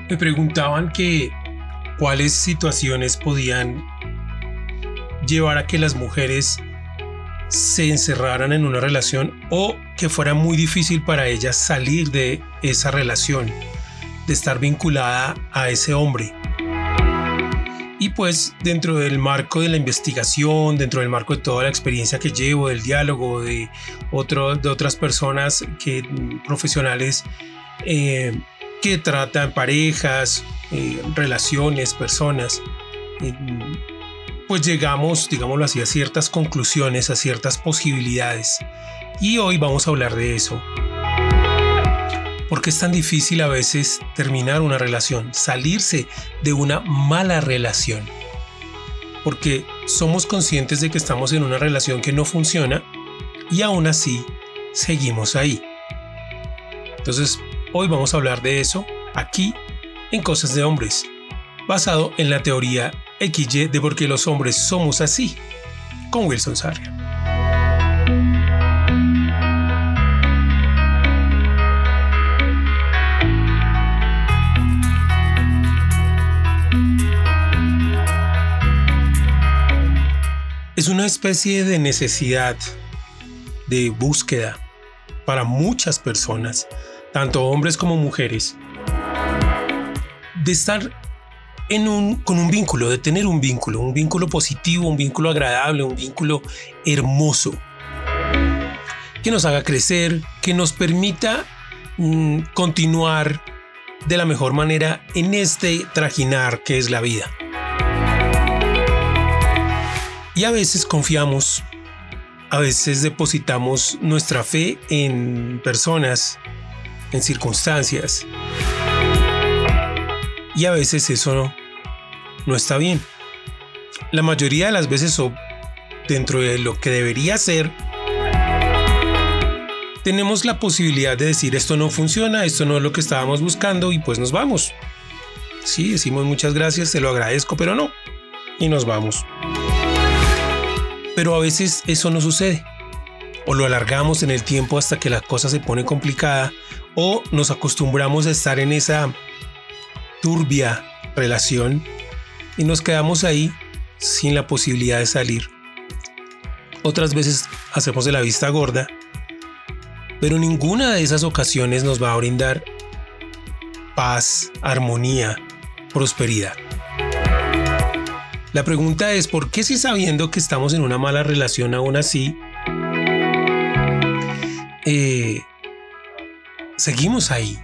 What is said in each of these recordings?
Me preguntaban que cuáles situaciones podían llevar a que las mujeres se encerraran en una relación o que fuera muy difícil para ellas salir de esa relación, de estar vinculada a ese hombre. Y pues dentro del marco de la investigación, dentro del marco de toda la experiencia que llevo, del diálogo de otras personas profesionales que tratan parejas, relaciones, personas, pues llegamos, digámoslo así, a ciertas conclusiones, a ciertas posibilidades. Y hoy vamos a hablar de eso. ¿Por qué es tan difícil a veces terminar una relación, salirse de una mala relación? Porque somos conscientes de que estamos en una relación que no funciona y aún así seguimos ahí. Entonces, hoy vamos a hablar de eso aquí en Cosas de Hombres, basado en la teoría XY de por qué los hombres somos así, con Wilson Sarria. Es una especie de necesidad, de búsqueda para muchas personas, tanto hombres como mujeres, de estar con un vínculo, de tener un vínculo positivo, un vínculo agradable, un vínculo hermoso, que nos haga crecer, que nos permita continuar de la mejor manera en este trajinar que es la vida. Y a veces confiamos, a veces depositamos nuestra fe en personas, en circunstancias. Y a veces eso no está bien. La mayoría de las veces, o dentro de lo que debería ser, tenemos la posibilidad de decir esto no funciona, esto no es lo que estábamos buscando y pues nos vamos. Sí, decimos muchas gracias, te lo agradezco, pero no. Y nos vamos. Pero a veces eso no sucede. O lo alargamos en el tiempo hasta que la cosa se pone complicada, o nos acostumbramos a estar en esa turbia relación y nos quedamos ahí sin la posibilidad de salir. Otras veces hacemos de la vista gorda, pero ninguna de esas ocasiones nos va a brindar paz, armonía, prosperidad. La pregunta es, ¿por qué si sabiendo que estamos en una mala relación aún así seguimos ahí?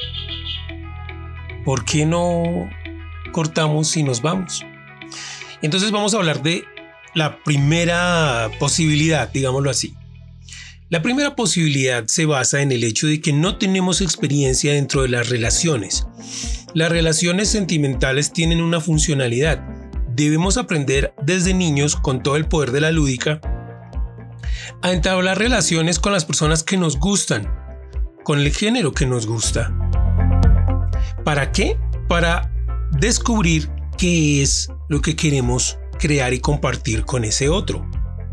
¿Por qué no cortamos y nos vamos? Entonces vamos a hablar de la primera posibilidad, digámoslo así. La primera posibilidad se basa en el hecho de que no tenemos experiencia dentro de las relaciones. Las relaciones sentimentales tienen una funcionalidad. Debemos aprender desde niños, con todo el poder de la lúdica, a entablar relaciones con las personas que nos gustan, con el género que nos gusta. ¿Para qué? Para descubrir qué es lo que queremos crear y compartir con ese otro.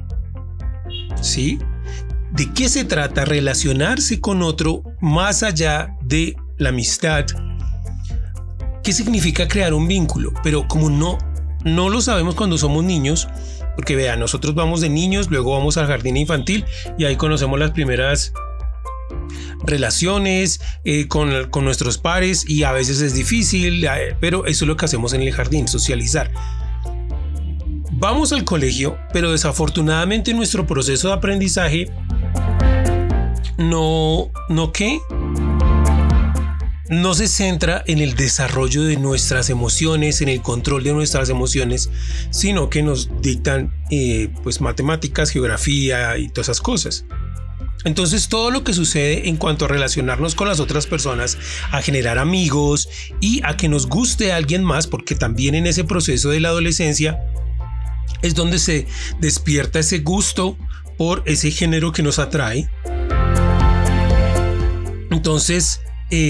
¿Sí? ¿De qué se trata relacionarse con otro más allá de la amistad? ¿Qué significa crear un vínculo? Pero como no lo sabemos cuando somos niños, porque vean, nosotros vamos de niños, luego vamos al jardín infantil y ahí conocemos las primeras relaciones con nuestros pares y a veces es difícil, pero eso es lo que hacemos en el jardín, socializar. Vamos al colegio, pero desafortunadamente nuestro proceso de aprendizaje no se centra en el desarrollo de nuestras emociones, en el control de nuestras emociones, sino que nos dictan pues matemáticas, geografía y todas esas cosas. Entonces todo lo que sucede en cuanto a relacionarnos con las otras personas, a generar amigos y a que nos guste a alguien más, porque también en ese proceso de la adolescencia es donde se despierta ese gusto por ese género que nos atrae. Entonces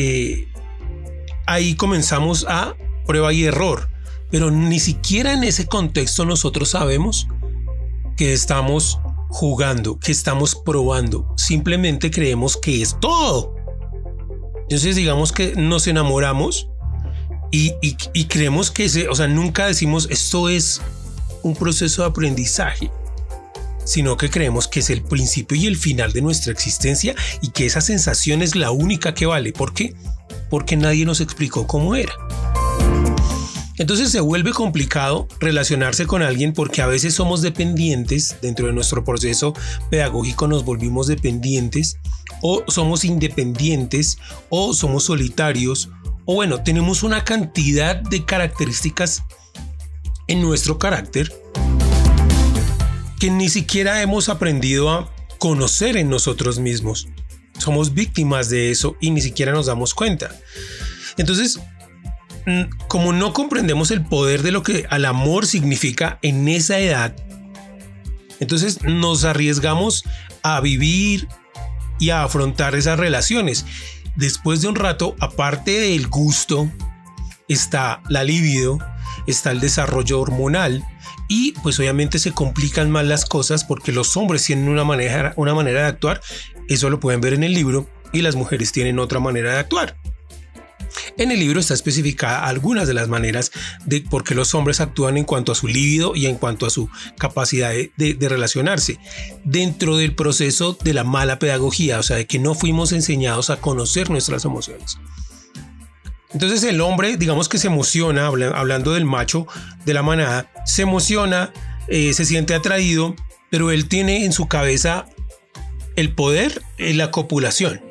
ahí comenzamos a prueba y error, pero ni siquiera en ese contexto nosotros sabemos que estamos jugando, que estamos probando. Simplemente creemos que es todo. Entonces digamos que nos enamoramos y creemos que nunca decimos esto es un proceso de aprendizaje, sino que creemos que es el principio y el final de nuestra existencia y que esa sensación es la única que vale. ¿Por qué? Porque nadie nos explicó cómo era. Entonces se vuelve complicado relacionarse con alguien porque a veces somos dependientes. Dentro de nuestro proceso pedagógico nos volvimos dependientes, o somos independientes, o somos solitarios, o bueno, tenemos una cantidad de características en nuestro carácter que ni siquiera hemos aprendido a conocer en nosotros mismos. Somos víctimas de eso y ni siquiera nos damos cuenta. Entonces, como no comprendemos el poder de lo que el amor significa en esa edad, entonces nos arriesgamos a vivir y a afrontar esas relaciones. Después de un rato, aparte del gusto, está la libido, está el desarrollo hormonal y pues obviamente se complican más las cosas porque los hombres tienen una manera de actuar, eso lo pueden ver en el libro, y las mujeres tienen otra manera de actuar. En el libro está especificada algunas de las maneras de por qué los hombres actúan en cuanto a su libido y en cuanto a su capacidad de relacionarse dentro del proceso de la mala pedagogía, o sea, de que no fuimos enseñados a conocer nuestras emociones. Entonces el hombre, digamos que se emociona, hablando del macho de la manada, se emociona, se siente atraído, pero él tiene en su cabeza el poder en la copulación.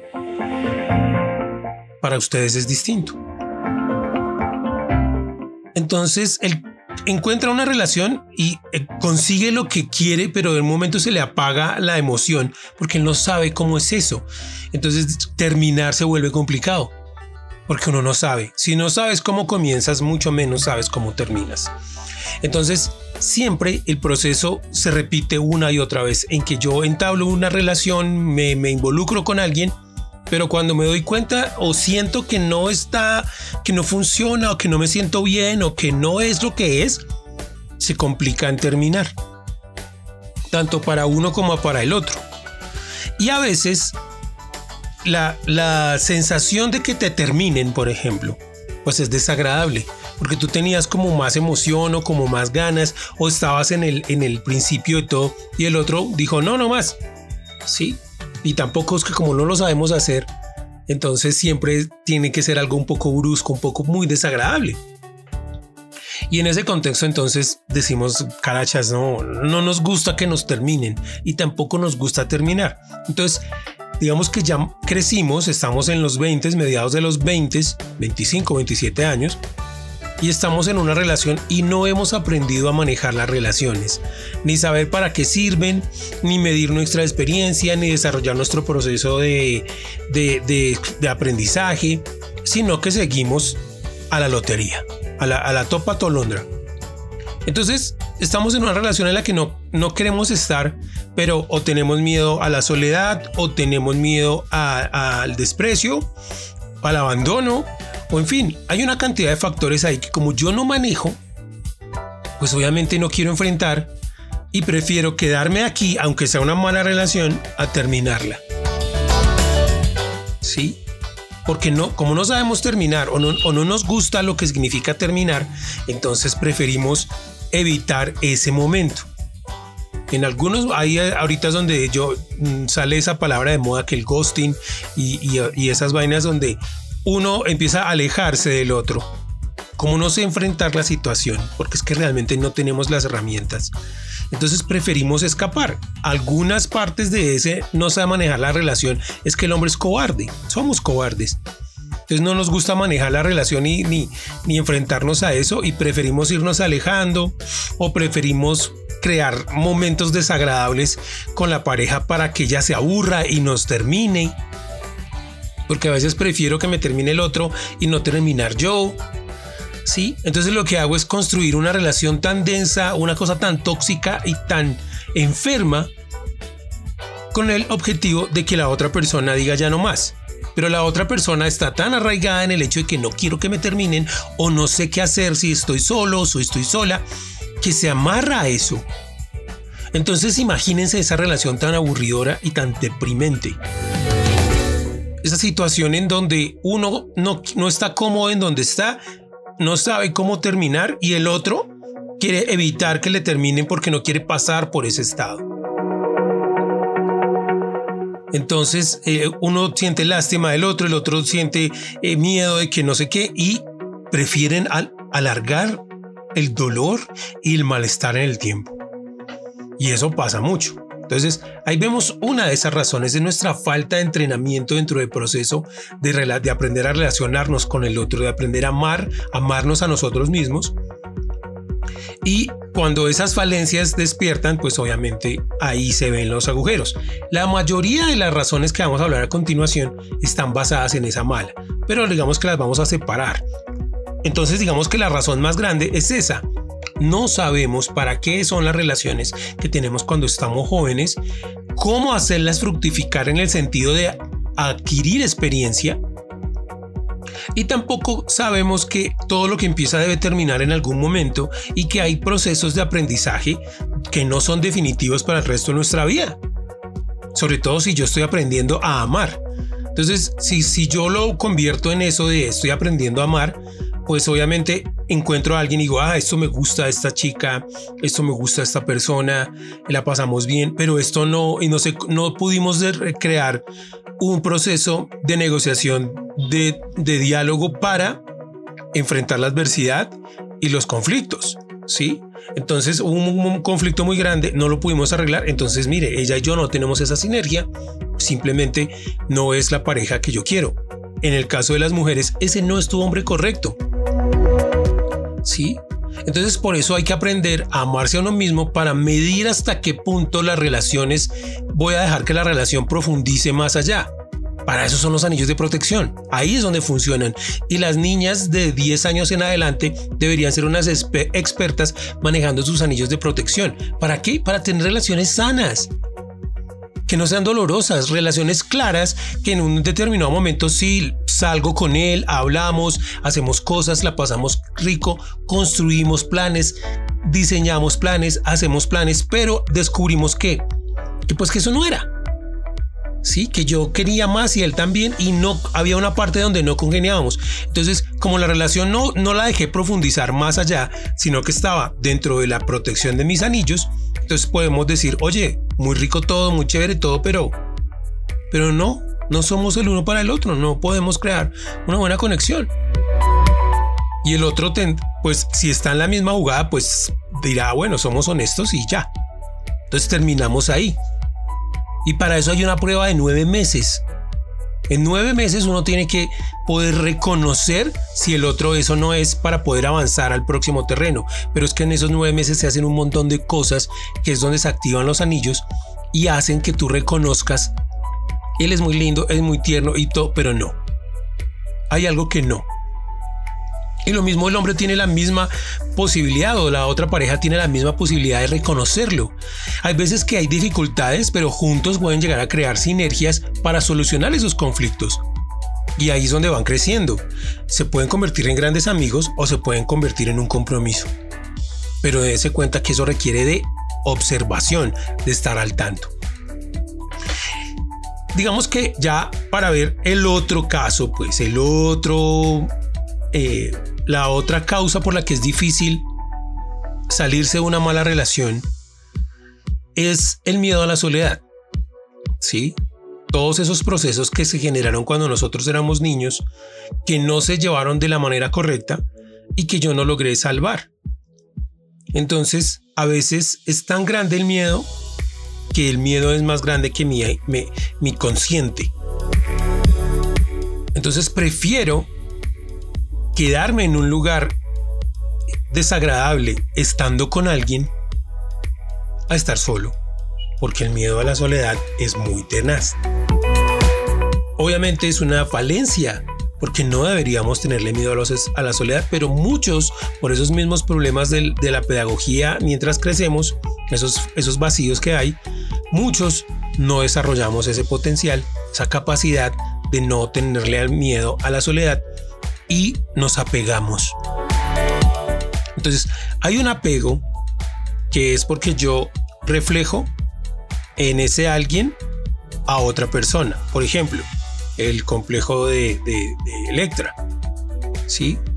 Para ustedes es distinto. Entonces él encuentra una relación y consigue lo que quiere, pero de un momento se le apaga la emoción porque él no sabe cómo es eso. Entonces terminar se vuelve complicado porque uno no sabe. Si no sabes cómo comienzas, mucho menos sabes cómo terminas. Entonces siempre el proceso se repite una y otra vez en que yo entablo una relación, me involucro con alguien, pero cuando me doy cuenta o siento que no funciona, o que no me siento bien, o que no es lo que es, se complica en terminar, tanto para uno como para el otro. Y a veces la sensación de que te terminen, por ejemplo, pues es desagradable, porque tú tenías como más emoción o como más ganas, o estabas en el principio de todo, y el otro dijo no más, ¿sí? Y tampoco es que como no lo sabemos hacer, entonces siempre tiene que ser algo un poco brusco, un poco muy desagradable. Y en ese contexto entonces decimos, carachas, no nos gusta que nos terminen y tampoco nos gusta terminar. Entonces digamos que ya crecimos, estamos en los 20, mediados de los 20, 25, 27 años, y estamos en una relación y no hemos aprendido a manejar las relaciones, ni saber para qué sirven, ni medir nuestra experiencia, ni desarrollar nuestro proceso de aprendizaje, sino que seguimos a la lotería, a la topa tolondra. Entonces estamos en una relación en la que no queremos estar, pero o tenemos miedo a la soledad, o tenemos miedo al desprecio, al abandono, o en fin, hay una cantidad de factores ahí que como yo no manejo, pues obviamente no quiero enfrentar y prefiero quedarme aquí, aunque sea una mala relación, a terminarla. ¿Sí? Porque como no sabemos terminar o no nos gusta lo que significa terminar, entonces preferimos evitar ese momento. En algunos, ahí ahorita es donde sale esa palabra de moda que el ghosting y esas vainas donde uno empieza a alejarse del otro. Como no sé enfrentar la situación, porque es que realmente no tenemos las herramientas, entonces preferimos escapar. Algunas partes de ese no sabe manejar la relación es que el hombre es cobarde, somos cobardes. Entonces no nos gusta manejar la relación ni enfrentarnos a eso, y preferimos irnos alejando, o preferimos crear momentos desagradables con la pareja para que ella se aburra y nos termine. Porque a veces prefiero que me termine el otro y no terminar yo. ¿Sí? Entonces lo que hago es construir una relación tan densa, una cosa tan tóxica y tan enferma, con el objetivo de que la otra persona diga ya no más. Pero la otra persona está tan arraigada en el hecho de que no quiero que me terminen, o no sé qué hacer si estoy solo o si estoy sola, que se amarra a eso. Entonces imagínense esa relación tan aburridora y tan deprimente. Esa situación en donde uno no está cómodo en donde está, no sabe cómo terminar y el otro quiere evitar que le terminen porque no quiere pasar por ese estado. Entonces uno siente lástima del otro, el otro siente miedo de que no sé qué y prefieren alargar el dolor y el malestar en el tiempo. Y eso pasa mucho. Entonces ahí vemos una de esas razones de nuestra falta de entrenamiento dentro del proceso de aprender a relacionarnos con el otro, de aprender a amarnos a nosotros mismos. Y cuando esas falencias despiertan, pues obviamente ahí se ven los agujeros. La mayoría de las razones que vamos a hablar a continuación están basadas en esa mala, pero digamos que las vamos a separar. Entonces digamos que la razón más grande es esa. No sabemos para qué son las relaciones que tenemos cuando estamos jóvenes, cómo hacerlas fructificar en el sentido de adquirir experiencia. Y tampoco sabemos que todo lo que empieza debe terminar en algún momento y que hay procesos de aprendizaje que no son definitivos para el resto de nuestra vida. Sobre todo si yo estoy aprendiendo a amar. Entonces, si yo lo convierto en eso de estoy aprendiendo a amar, pues obviamente encuentro a alguien y digo, esto me gusta a esta chica, esto me gusta a esta persona, la pasamos bien, pero esto no, y no pudimos crear un proceso de negociación, de diálogo para enfrentar la adversidad y los conflictos, ¿sí? Entonces hubo un conflicto muy grande, no lo pudimos arreglar, entonces mire, ella y yo no tenemos esa sinergia, simplemente no es la pareja que yo quiero. En el caso de las mujeres, ese no es tu hombre correcto. ¿Sí? Entonces por eso hay que aprender a amarse a uno mismo para medir hasta qué punto las relaciones voy a dejar que la relación profundice más allá. Para eso son los anillos de protección. Ahí es donde funcionan. Y las niñas de 10 años en adelante deberían ser unas expertas manejando sus anillos de protección. ¿Para qué? Para tener relaciones sanas. Que no sean dolorosas, relaciones claras, que en un determinado momento sí salgo con él, hablamos, hacemos cosas, la pasamos rico, construimos planes, diseñamos planes, hacemos planes, pero descubrimos que eso no era. Sí, que yo quería más y él también y no había una parte donde no congeniábamos. Entonces, como la relación no la dejé profundizar más allá, sino que estaba dentro de la protección de mis anillos, entonces podemos decir, oye, muy rico todo, muy chévere todo, pero no somos el uno para el otro, no podemos crear una buena conexión. Y el otro, pues si está en la misma jugada, pues dirá, bueno, somos honestos y ya. Entonces terminamos ahí. Y para eso hay una prueba de 9 meses. En 9 meses uno tiene que poder reconocer si el otro eso no es para poder avanzar al próximo terreno. Pero es que en esos 9 meses se hacen un montón de cosas que es donde se activan los anillos y hacen que tú reconozcas, él es muy lindo, es muy tierno y todo, pero no. Hay algo que no. Y lo mismo el hombre tiene la misma posibilidad o la otra pareja tiene la misma posibilidad de reconocerlo. Hay veces que hay dificultades, pero juntos pueden llegar a crear sinergias para solucionar esos conflictos. Y ahí es donde van creciendo. Se pueden convertir en grandes amigos o se pueden convertir en un compromiso. Pero dése cuenta que eso requiere de observación, de estar al tanto. Digamos que ya para ver el otro caso, pues la otra causa por la que es difícil salirse de una mala relación es el miedo a la soledad. ¿Sí? Todos esos procesos que se generaron cuando nosotros éramos niños, que no se llevaron de la manera correcta y que yo no logré salvar. Entonces, a veces es tan grande el miedo que el miedo es más grande que mi consciente. Entonces prefiero quedarme en un lugar desagradable estando con alguien a estar solo, porque el miedo a la soledad es muy tenaz. Obviamente es una falencia, porque no deberíamos tenerle miedo a la soledad, pero muchos, por esos mismos problemas de la pedagogía mientras crecemos, esos vacíos que hay, muchos no desarrollamos ese potencial, esa capacidad de no tenerle miedo a la soledad y nos apegamos. Entonces hay un apego que es porque yo reflejo en ese alguien a otra persona. Por ejemplo, el complejo de Electra, ¿sí?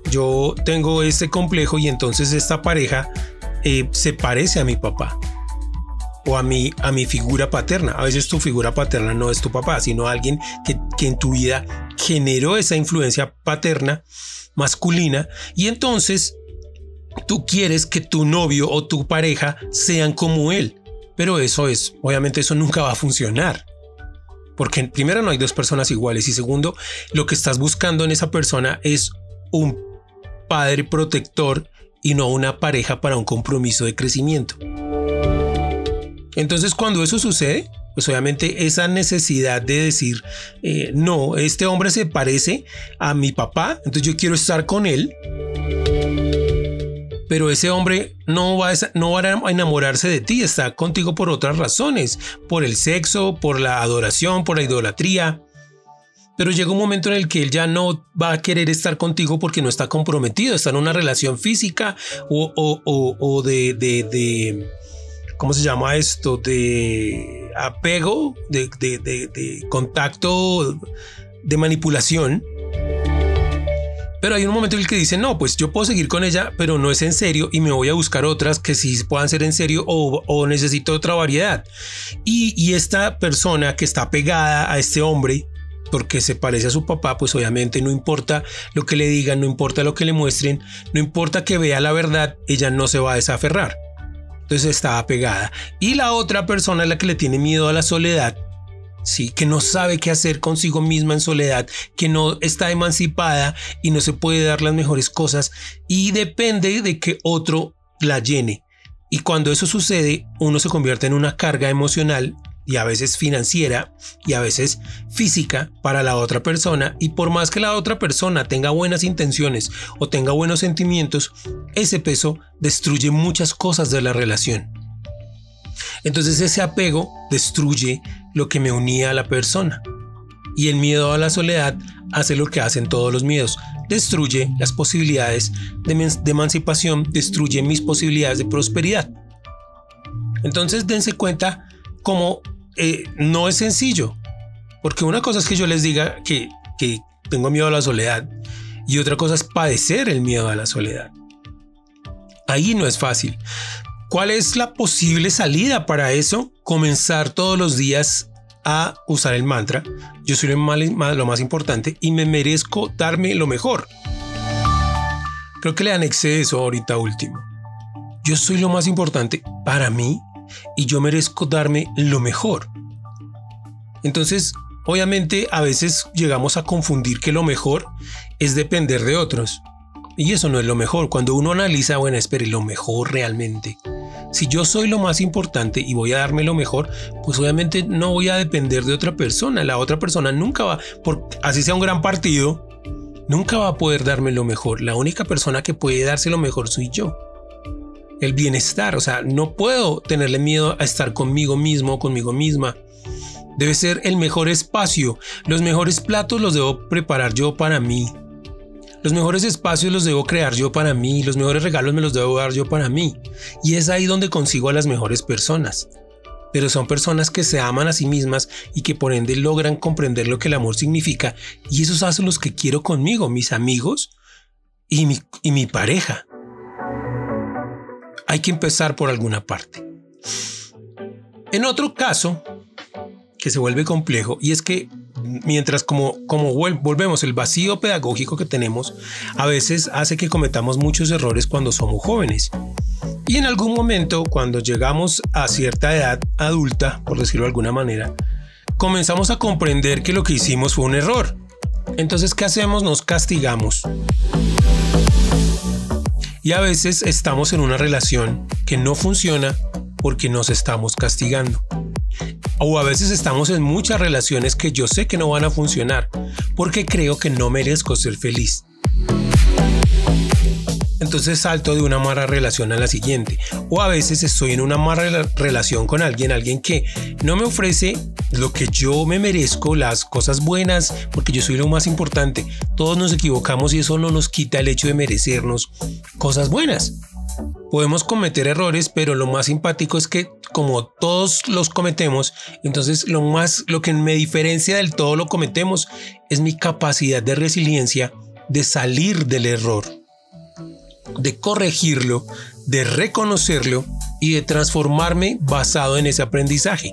yo tengo este complejo y entonces esta pareja se parece a mi papá o a mi figura paterna. A veces tu figura paterna no es tu papá, sino alguien que en tu vida generó esa influencia paterna masculina, y entonces tú quieres que tu novio o tu pareja sean como él. Pero obviamente eso nunca va a funcionar. Porque primero, no hay dos personas iguales, y segundo, lo que estás buscando en esa persona es un padre protector y no una pareja para un compromiso de crecimiento. Entonces, cuando eso sucede, pues obviamente esa necesidad de decir, no, este hombre se parece a mi papá, entonces yo quiero estar con él, pero ese hombre no va a enamorarse de ti, está contigo por otras razones, por el sexo, por la adoración, por la idolatría. Pero llega un momento en el que él ya no va a querer estar contigo porque no está comprometido, está en una relación física o de ¿cómo se llama esto? De apego, de contacto, de manipulación. Pero hay un momento en el que dice, no, pues yo puedo seguir con ella, pero no es en serio, y me voy a buscar otras que sí puedan ser en serio, o necesito otra variedad. Y esta persona que está pegada a este hombre porque se parece a su papá, pues obviamente no importa lo que le digan, no importa lo que le muestren, no importa que vea la verdad, ella no se va a desaferrar. Entonces está apegada. Y la otra persona es la que le tiene miedo a la soledad, sí, que no sabe qué hacer consigo misma en soledad, que no está emancipada y no se puede dar las mejores cosas y depende de que otro la llene. Y cuando eso sucede, uno se convierte en una carga emocional y a veces financiera y a veces física para la otra persona, y por más que la otra persona tenga buenas intenciones o tenga buenos sentimientos, ese peso destruye muchas cosas de la relación. Entonces ese apego destruye lo que me unía a la persona, y el miedo a la soledad hace lo que hacen todos los miedos: destruye las posibilidades de emancipación, destruye mis posibilidades de prosperidad. Entonces dense cuenta cómo no es sencillo, porque una cosa es que yo les diga que tengo miedo a la soledad y otra cosa es padecer el miedo a la soledad. Ahí no es fácil. ¿Cuál es la posible salida para eso? Comenzar todos los días a usar el mantra: yo soy lo más importante y me merezco darme lo mejor. Creo que le anexé eso ahorita último. Yo soy lo más importante para mí y yo merezco darme lo mejor. Entonces, obviamente, a veces llegamos a confundir que lo mejor es depender de otros. Y eso no es lo mejor. Cuando uno analiza, bueno, espere, lo mejor realmente. Si yo soy lo más importante y voy a darme lo mejor, pues obviamente no voy a depender de otra persona. La otra persona nunca va, así sea un gran partido, nunca va a poder darme lo mejor. La única persona que puede darse lo mejor soy yo. El bienestar, o sea, no puedo tenerle miedo a estar conmigo mismo, conmigo misma. Debe ser el mejor espacio. Los mejores platos los debo preparar yo para mí. Los mejores espacios los debo crear yo para mí. Los mejores regalos me los debo dar yo para mí. Y es ahí donde consigo a las mejores personas. Pero son personas que se aman a sí mismas y que por ende logran comprender lo que el amor significa. Y esos son los que quiero conmigo, mis amigos y mi pareja. Hay que empezar por alguna parte. En otro caso, que se vuelve complejo, y es que mientras como volvemos, el vacío pedagógico que tenemos a veces hace que cometamos muchos errores cuando somos jóvenes. Y en algún momento, cuando llegamos a cierta edad adulta, por decirlo de alguna manera, comenzamos a comprender que lo que hicimos fue un error. Entonces, ¿qué hacemos? Nos castigamos. Y a veces estamos en una relación que no funciona porque nos estamos castigando. O a veces estamos en muchas relaciones que yo sé que no van a funcionar porque creo que no merezco ser feliz. Entonces salto de una mala relación a la siguiente. O a veces estoy en una mala relación con alguien que no me ofrece lo que yo me merezco, las cosas buenas, porque yo soy lo más importante. Todos nos equivocamos y eso no nos quita el hecho de merecernos cosas buenas. Podemos cometer errores, pero lo más simpático es que como todos los cometemos, entonces lo que me diferencia del todo lo cometemos es mi capacidad de resiliencia de salir del error, de corregirlo, de reconocerlo y de transformarme basado en ese aprendizaje.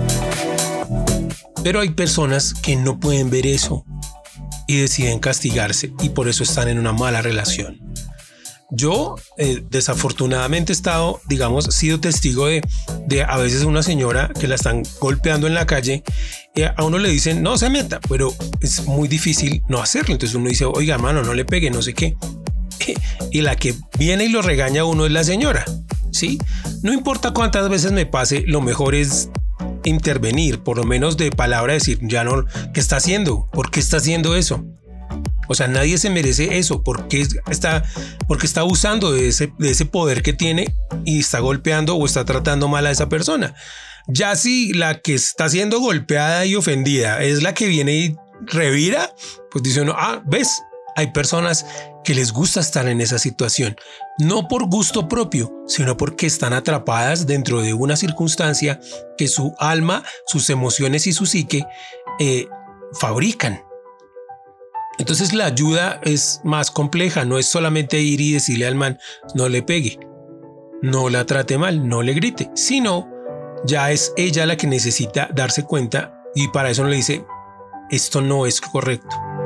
Pero hay personas que no pueden ver eso y deciden castigarse y por eso están en una mala relación. Yo desafortunadamente he estado, sido testigo de a veces una señora que la están golpeando en la calle y a uno le dicen no se meta, pero es muy difícil no hacerlo. Entonces uno dice, oiga hermano, no le pegue, no sé qué. Y la que viene y lo regaña a uno es la señora, ¿sí? No importa cuántas veces me pase, lo mejor es intervenir, por lo menos de palabra, decir, ya no, ¿qué está haciendo? ¿Por qué está haciendo eso? O sea, nadie se merece eso. Porque está abusando de ese poder que tiene y está golpeando o está tratando mal a esa persona. Ya si la que está siendo golpeada y ofendida es la que viene y revira, pues dice uno, ¿ves? Hay personas que les gusta estar en esa situación, no por gusto propio, sino porque están atrapadas dentro de una circunstancia que su alma, sus emociones y su psique fabrican. Entonces la ayuda es más compleja, no es solamente ir y decirle al man, no le pegue, no la trate mal, no le grite, sino ya es ella la que necesita darse cuenta y para eso no le dice, esto no es correcto.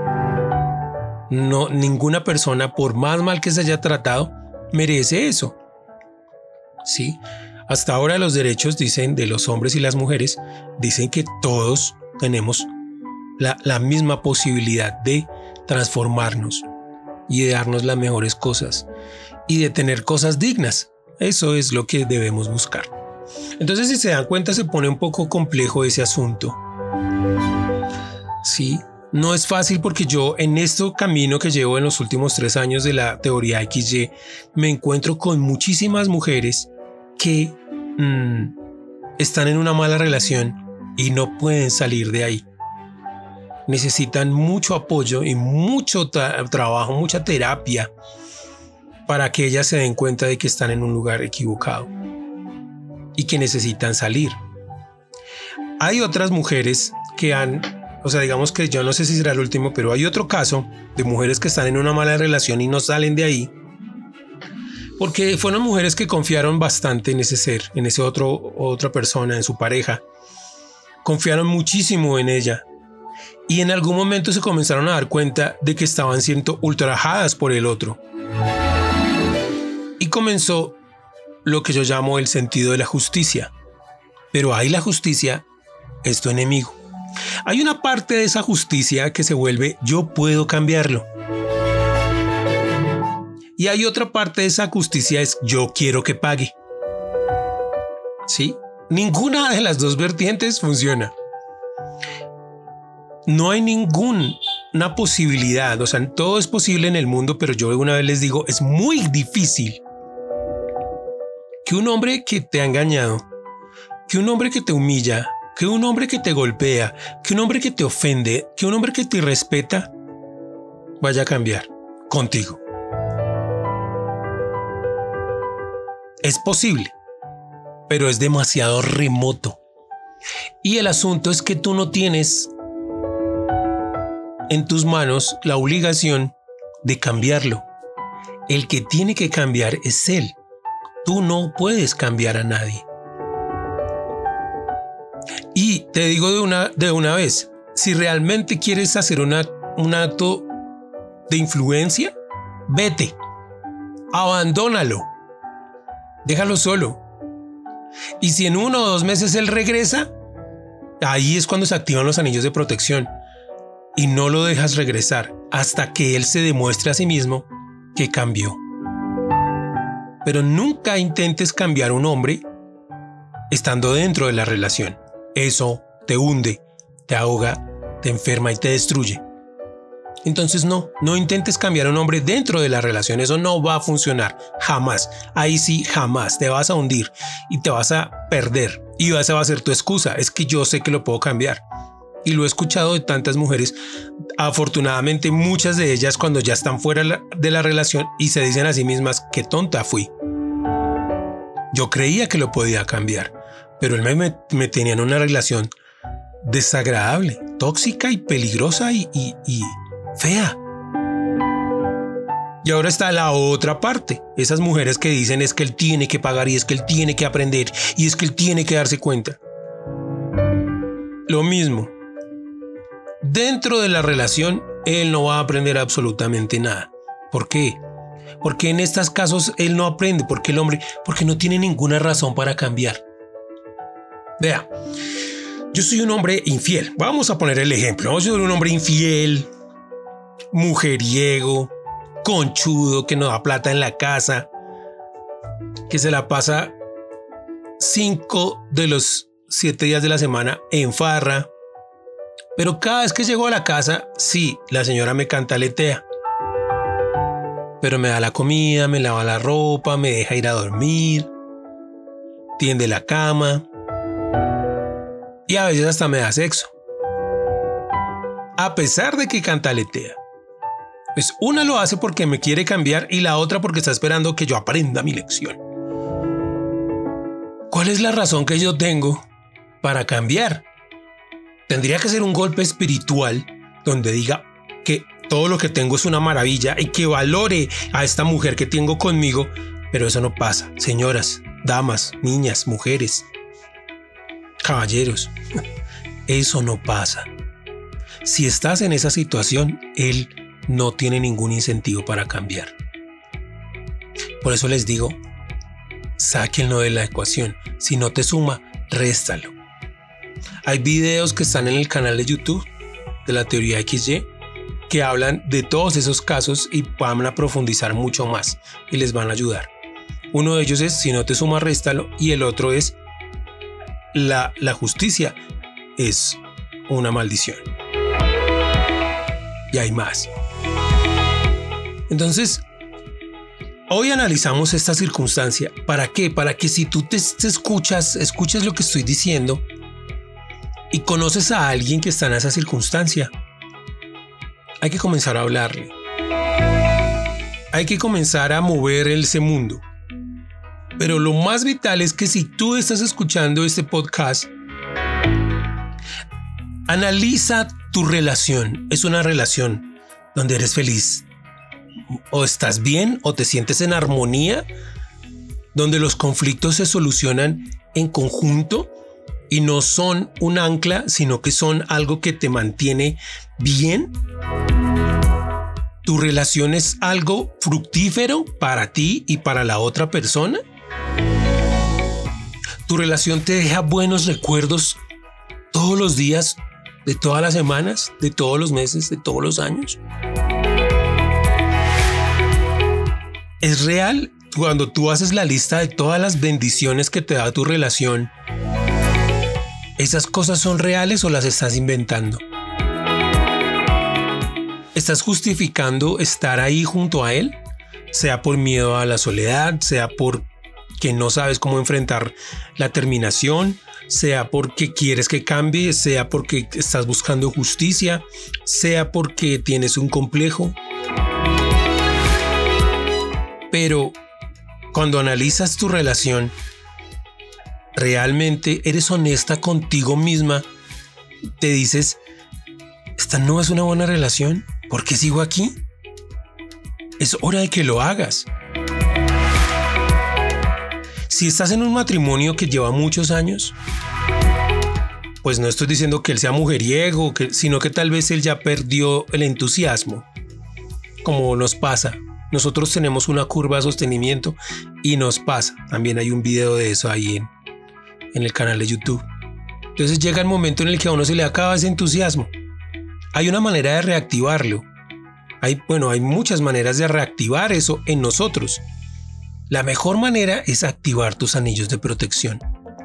No, ninguna persona, por más mal que se haya tratado, merece eso. Sí, hasta ahora los derechos dicen de los hombres y las mujeres, dicen que todos tenemos la misma posibilidad de transformarnos y de darnos las mejores cosas y de tener cosas dignas. Eso es lo que debemos buscar. Entonces, si se dan cuenta, se pone un poco complejo ese asunto. Sí, no es fácil porque yo en este camino que llevo en los últimos 3 años de la teoría XY me encuentro con muchísimas mujeres que están en una mala relación y no pueden salir de ahí. Necesitan mucho apoyo y mucho trabajo, mucha terapia para que ellas se den cuenta de que están en un lugar equivocado y que necesitan salir. Hay otras mujeres que digamos que yo no sé si será el último, pero hay otro caso de mujeres que están en una mala relación y no salen de ahí porque fueron mujeres que confiaron bastante en ese ser, en ese otra persona, en su pareja. Confiaron muchísimo en ella. Y en algún momento se comenzaron a dar cuenta de que estaban siendo ultrajadas por el otro. Y comenzó lo que yo llamo el sentido de la justicia. Pero ahí la justicia es tu enemigo. Hay una parte de esa justicia que se vuelve yo puedo cambiarlo. Y hay otra parte de esa justicia es yo quiero que pague. ¿Sí? Ninguna de las dos vertientes funciona. No hay ninguna posibilidad, o sea, todo es posible en el mundo, pero yo una vez les digo, es muy difícil que un hombre que te ha engañado, que un hombre que te humilla, que un hombre que te golpea, que un hombre que te ofende, que un hombre que te irrespeta, vaya a cambiar contigo. Es posible, pero es demasiado remoto. Y el asunto es que tú no tienes en tus manos la obligación de cambiarlo. El que tiene que cambiar es él. Tú no puedes cambiar a nadie. Y te digo de una vez, si realmente quieres hacer un acto de influencia, vete, abandónalo, déjalo solo. Y si en 1 o 2 meses él regresa, ahí es cuando se activan los anillos de protección. Y no lo dejas regresar hasta que él se demuestre a sí mismo que cambió. Pero nunca intentes cambiar a un hombre estando dentro de la relación. Eso te hunde, te ahoga, te enferma y te destruye. Entonces no intentes cambiar a un hombre dentro de la relación. Eso no va a funcionar. Jamás. Ahí sí, jamás. Te vas a hundir y te vas a perder. Y esa va a ser tu excusa. Es que yo sé que lo puedo cambiar. Y lo he escuchado de tantas mujeres. Afortunadamente muchas de ellas cuando ya están fuera de la relación y se dicen a sí mismas qué tonta fui. Yo creía que lo podía cambiar, pero él me tenía en una relación desagradable, tóxica y peligrosa y fea. Y ahora está la otra parte. Esas mujeres que dicen es que él tiene que pagar y es que él tiene que aprender y es que él tiene que darse cuenta. Lo mismo. Dentro de la relación, él no va a aprender absolutamente nada. ¿Por qué? Porque en estos casos él no aprende. Porque el hombre, porque no tiene ninguna razón para cambiar. Vea, yo soy un hombre infiel. Vamos a poner el ejemplo. Yo soy un hombre infiel, mujeriego, conchudo, que no da plata en la casa, que se la pasa 5 de los 7 días de la semana en farra. Pero cada vez que llego a la casa, sí, la señora me cantaletea. Pero me da la comida, me lava la ropa, me deja ir a dormir, tiende la cama y a veces hasta me da sexo. A pesar de que cantaletea. Pues una lo hace porque me quiere cambiar y la otra porque está esperando que yo aprenda mi lección. ¿Cuál es la razón que yo tengo para cambiar? Tendría que ser un golpe espiritual donde diga que todo lo que tengo es una maravilla y que valore a esta mujer que tengo conmigo, pero eso no pasa. Señoras, damas, niñas, mujeres, caballeros, eso no pasa. Si estás en esa situación, él no tiene ningún incentivo para cambiar. Por eso les digo, sáquenlo de la ecuación. Si no te suma, réstalo. Hay videos que están en el canal de YouTube de la teoría XY que hablan de todos esos casos y van a profundizar mucho más y les van a ayudar. Uno de ellos es si no te suma, réstalo, y el otro es la justicia es una maldición. Y hay más. Entonces, hoy analizamos esta circunstancia. ¿Para qué? Para que si tú te escuchas lo que estoy diciendo y conoces a alguien que está en esa circunstancia, hay que comenzar a hablarle. Hay que comenzar a mover ese mundo. Pero lo más vital es que si tú estás escuchando este podcast, analiza tu relación. Es una relación donde eres feliz. O estás bien o te sientes en armonía, donde los conflictos se solucionan en conjunto y no son un ancla, sino que son algo que te mantiene bien. ¿Tu relación es algo fructífero para ti y para la otra persona? ¿Tu relación te deja buenos recuerdos todos los días, de todas las semanas, de todos los meses, de todos los años? ¿Es real cuando tú haces la lista de todas las bendiciones que te da tu relación? ¿Esas cosas son reales o las estás inventando? ¿Estás justificando estar ahí junto a él? Sea por miedo a la soledad, sea por que no sabes cómo enfrentar la terminación, sea porque quieres que cambie, sea porque estás buscando justicia, sea porque tienes un complejo. Pero cuando analizas tu relación, realmente eres honesta contigo misma, te dices, esta no es una buena relación, ¿por qué sigo aquí? Es hora de que lo hagas. Si estás en un matrimonio que lleva muchos años, pues no estoy diciendo que él sea mujeriego, sino que tal vez él ya perdió el entusiasmo, como nos pasa. Nosotros tenemos una curva de sostenimiento y nos pasa. También hay un video de eso ahí en el canal de YouTube. Entonces llega el momento en el que a uno se le acaba ese entusiasmo. Hay una manera de reactivarlo. Hay muchas maneras de reactivar eso en nosotros. La mejor manera es activar tus anillos de protección.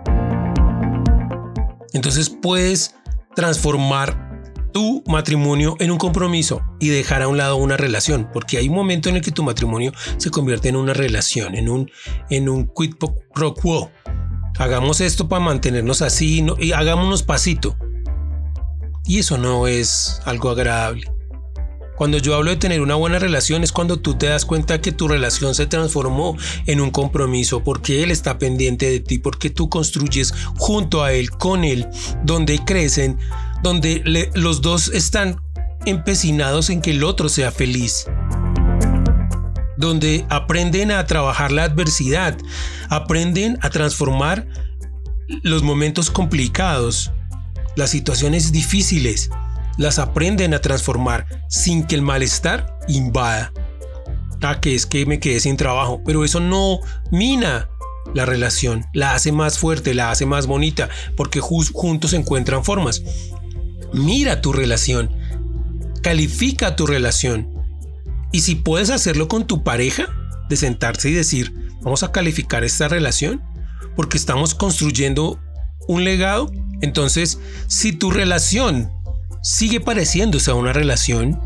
Entonces puedes transformar tu matrimonio en un compromiso y dejar a un lado una relación, porque hay un momento en el que tu matrimonio se convierte en una relación, en un quid pro quo. Hagamos esto para mantenernos así y hagámonos pasito. Y eso no es algo agradable. Cuando yo hablo de tener una buena relación es cuando tú te das cuenta que tu relación se transformó en un compromiso porque él está pendiente de ti, porque tú construyes junto a él, con él, donde crecen, donde los dos están empecinados en que el otro sea feliz. donde aprenden a trabajar la adversidad, aprenden a transformar los momentos complicados, las situaciones difíciles, las aprenden a transformar sin que el malestar invada. Que es que me quedé sin trabajo, pero eso no mina la relación, la hace más fuerte, la hace más bonita, porque juntos se encuentran formas. Mira tu relación, califica tu relación, y si puedes hacerlo con tu pareja, de sentarse y decir, vamos a calificar esta relación, porque estamos construyendo un legado. Entonces, si tu relación sigue pareciéndose a una relación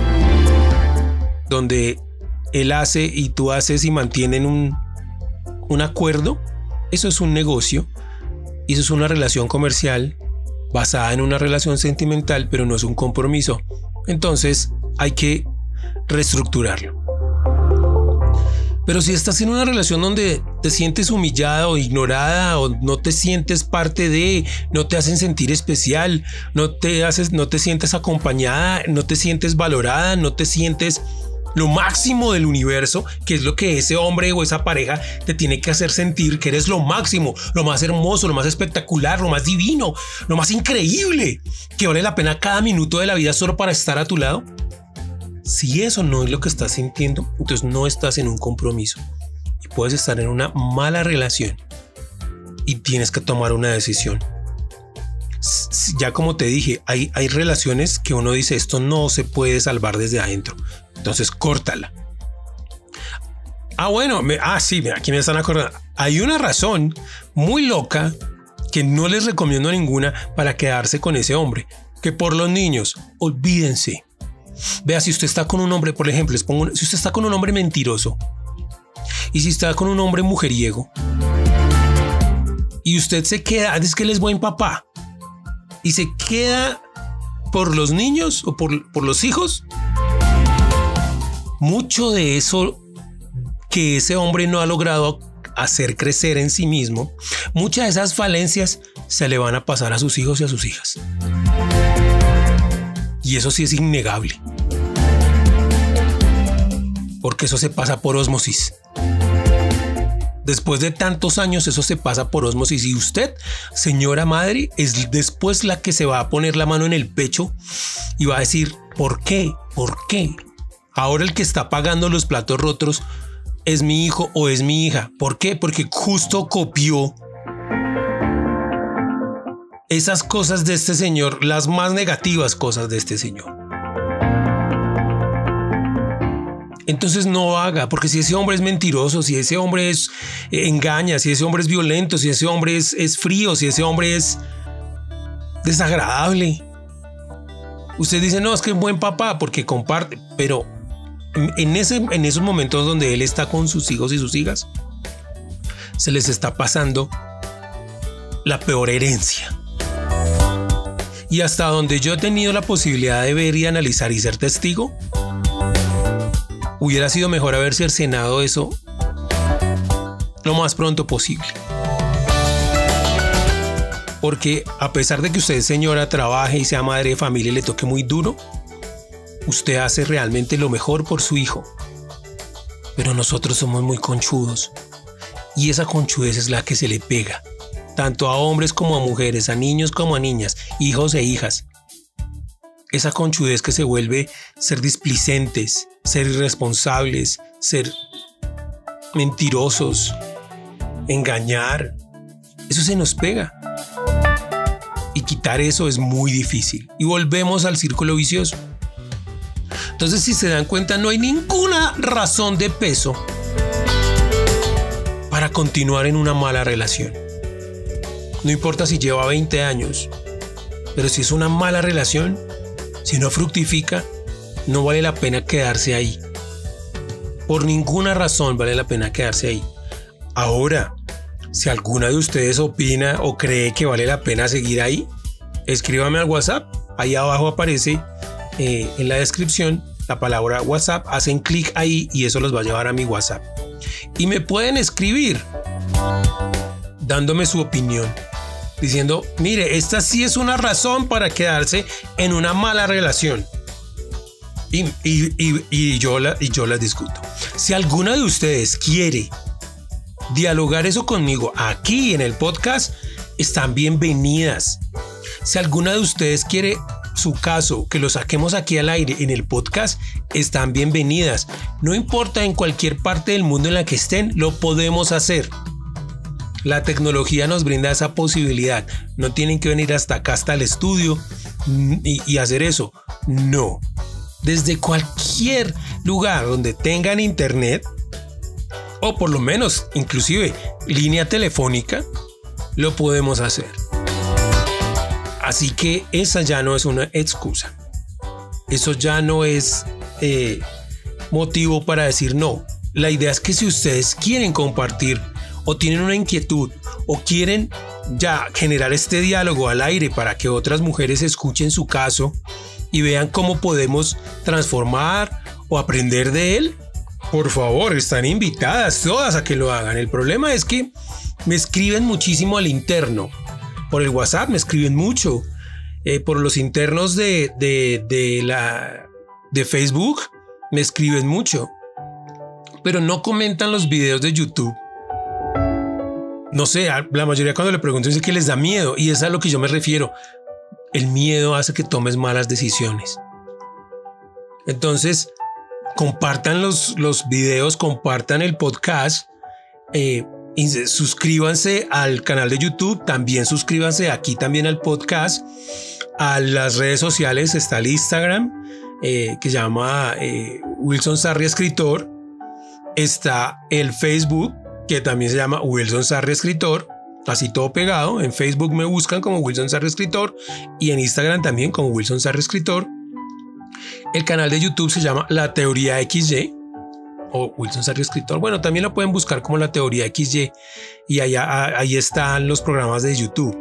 donde él hace y tú haces y mantienen un acuerdo, eso es un negocio, y eso es una relación comercial basada en una relación sentimental, pero no es un compromiso. Entonces hay que reestructurarlo. Pero si estás en una relación donde te sientes humillada o ignorada, o no te sientes parte de, no te hacen sentir especial, no te sientes acompañada, no te sientes valorada, no te sientes lo máximo del universo, que es lo que ese hombre o esa pareja te tiene que hacer sentir, que eres lo máximo, lo más hermoso, lo más espectacular, lo más divino, lo más increíble, que vale la pena cada minuto de la vida solo para estar a tu lado. Si eso no es lo que estás sintiendo, entonces no estás en un compromiso y puedes estar en una mala relación y tienes que tomar una decisión. Ya como te dije, hay relaciones que uno dice, esto no se puede salvar desde adentro, entonces córtala. Sí, aquí me están acordando. Hay una razón muy loca que no les recomiendo ninguna para quedarse con ese hombre, que por los niños, olvídense. Vea, si usted está con un hombre, por ejemplo, si usted está con un hombre mentiroso y si está con un hombre mujeriego y usted se queda, es que él es buen papá y se queda por los niños o por los hijos, mucho de eso que ese hombre no ha logrado hacer crecer en sí mismo, muchas de esas falencias se le van a pasar a sus hijos y a sus hijas. Y eso sí es innegable, porque eso se pasa por ósmosis. Después de tantos años eso se pasa por ósmosis, y usted, señora madre, es después la que se va a poner la mano en el pecho y va a decir, ¿por qué? ¿Por qué? Ahora el que está pagando los platos rotos es mi hijo o es mi hija. ¿Por qué? Porque justo copió esas cosas de este señor, las más negativas cosas de este señor. Entonces no haga, porque si ese hombre es mentiroso, si ese hombre engaña, si ese hombre es violento, si ese hombre es frío, si ese hombre es desagradable, usted dice, no, es que es buen papá porque comparte, pero en esos momentos donde él está con sus hijos y sus hijas, se les está pasando la peor herencia. Y hasta donde yo he tenido la posibilidad de ver y analizar y ser testigo, hubiera sido mejor haber cercenado eso lo más pronto posible. Porque a pesar de que usted, señora, trabaje y sea madre de familia y le toque muy duro, usted hace realmente lo mejor por su hijo. Pero nosotros somos muy conchudos. Y esa conchudez es la que se le pega. Tanto a hombres como a mujeres, a niños como a niñas, hijos e hijas. Esa conchudez que se vuelve ser displicentes, ser irresponsables, ser mentirosos, engañar. Eso se nos pega. Y quitar eso es muy difícil. Y volvemos al círculo vicioso. Entonces, si se dan cuenta, no hay ninguna razón de peso para continuar en una mala relación. No importa si lleva 20 años, pero si es una mala relación, si no fructifica, no vale la pena quedarse ahí. Por ninguna razón vale la pena quedarse ahí. Ahora, si alguna de ustedes opina o cree que vale la pena seguir ahí, escríbame al WhatsApp. Ahí abajo aparece en la descripción la palabra WhatsApp. Hacen clic ahí y eso los va a llevar a mi WhatsApp. Y me pueden escribir dándome su opinión, diciendo, mire, esta sí es una razón para quedarse en una mala relación. Y yo las discuto. Si alguna de ustedes quiere dialogar eso conmigo aquí en el podcast, están bienvenidas. Si alguna de ustedes quiere su caso, que lo saquemos aquí al aire en el podcast, están bienvenidas. No importa en cualquier parte del mundo en la que estén, lo podemos hacer. La tecnología nos brinda esa posibilidad. No tienen que venir hasta acá, hasta el estudio y hacer eso. No. Desde cualquier lugar donde tengan internet, o por lo menos inclusive línea telefónica, lo podemos hacer. Así que esa ya no es una excusa. Eso ya no es motivo para decir no. La idea es que si ustedes quieren compartir o tienen una inquietud o quieren ya generar este diálogo al aire para que otras mujeres escuchen su caso y vean cómo podemos transformar o aprender de él, por favor, están invitadas todas a que lo hagan. El problema es que me escriben muchísimo al interno. Por el WhatsApp me escriben mucho. Por los internos de Facebook me escriben mucho. Pero no comentan los videos de YouTube. No sé, la mayoría cuando le pregunto dice que les da miedo. Y es a lo que yo me refiero. El miedo hace que tomes malas decisiones. Entonces, compartan los videos, compartan el podcast. Suscríbanse al canal de YouTube, también suscríbanse aquí también al podcast, a las redes sociales. Está el Instagram que se llama Wilson Sarria Escritor, está el Facebook que también se llama Wilson Sarria Escritor, así todo pegado. En Facebook me buscan como Wilson Sarria Escritor y en Instagram también como Wilson Sarria Escritor. El canal de YouTube se llama La Teoría XY o Wilson Sarria Escritor. Bueno, también lo pueden buscar como La Teoría XY y ahí están los programas de YouTube.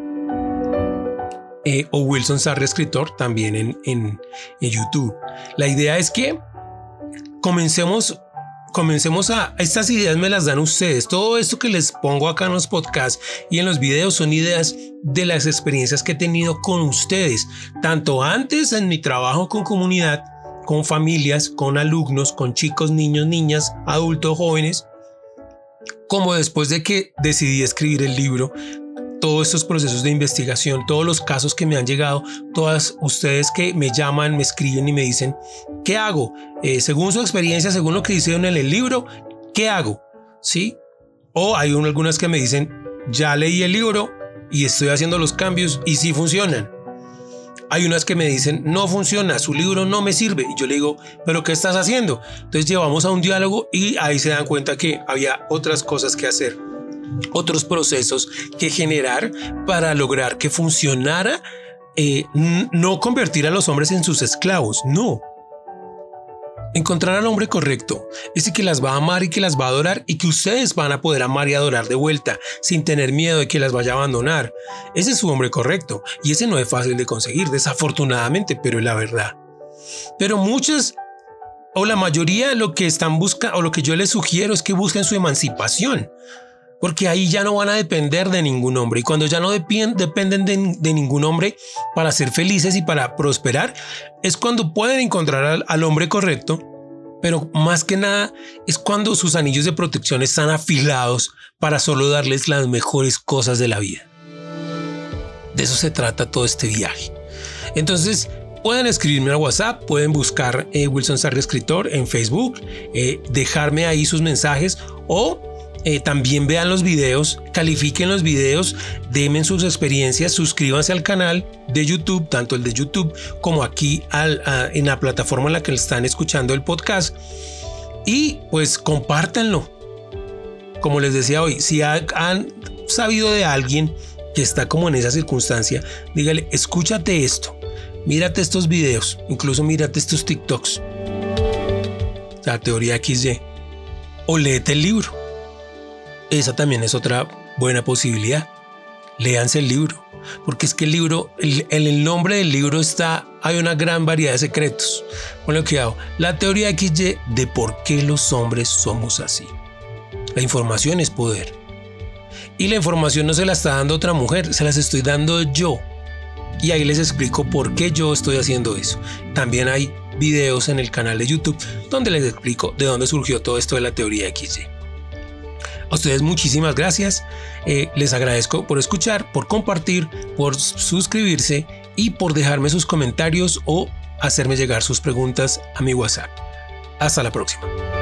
O Wilson Sarria Escritor también en YouTube. La idea es que comencemos a... Estas ideas me las dan ustedes. Todo esto que les pongo acá en los podcasts y en los videos son ideas de las experiencias que he tenido con ustedes, tanto antes en mi trabajo con comunidad, con familias, con alumnos, con chicos, niños, niñas, adultos, jóvenes, como después de que decidí escribir el libro. Todos estos procesos de investigación, todos los casos que me han llegado, todas ustedes que me llaman, me escriben y me dicen, ¿qué hago? Según su experiencia, según lo que hicieron en el libro, ¿qué hago? ¿Sí? O hay algunas que me dicen, ya leí el libro y estoy haciendo los cambios y sí funcionan. Hay unas que me dicen, no funciona, su libro no me sirve. Y yo le digo, ¿pero qué estás haciendo? Entonces llevamos a un diálogo y ahí se dan cuenta que había otras cosas que hacer, otros procesos que generar para lograr que funcionara. No convertir a los hombres en sus esclavos, no. Encontrar al hombre correcto, ese que las va a amar y que las va a adorar y que ustedes van a poder amar y adorar de vuelta sin tener miedo de que las vaya a abandonar. Ese es su hombre correcto y ese no es fácil de conseguir, desafortunadamente, pero es la verdad. Pero muchas o la mayoría lo que están buscando o lo que yo les sugiero es que busquen su emancipación. Porque ahí ya no van a depender de ningún hombre. Y cuando ya no dependen de ningún hombre para ser felices y para prosperar, es cuando pueden encontrar al hombre correcto. Pero más que nada es cuando sus anillos de protección están afilados para solo darles las mejores cosas de la vida. De eso se trata todo este viaje. Entonces, pueden escribirme al WhatsApp, pueden buscar Wilson Sarria Escritor en Facebook, dejarme ahí sus mensajes o... también vean los videos, califiquen los videos, denme sus experiencias, suscríbanse al canal de YouTube, tanto el de YouTube como aquí en la plataforma en la que están escuchando el podcast y pues compártanlo. Como les decía hoy, si han sabido de alguien que está como en esa circunstancia, dígale, escúchate esto, mírate estos videos, incluso mírate estos TikToks, La Teoría XY, o léete el libro. Esa también es otra buena posibilidad. Léanse el libro, porque es que el libro, en el nombre del libro hay una gran variedad de secretos. Ponle cuidado, La Teoría XY de por qué los hombres somos así. La información es poder. Y la información no se la está dando otra mujer, se las estoy dando yo. Y ahí les explico por qué yo estoy haciendo eso. También hay videos en el canal de YouTube donde les explico de dónde surgió todo esto de la teoría XY. A ustedes muchísimas gracias, les agradezco por escuchar, por compartir, por suscribirse y por dejarme sus comentarios o hacerme llegar sus preguntas a mi WhatsApp. Hasta la próxima.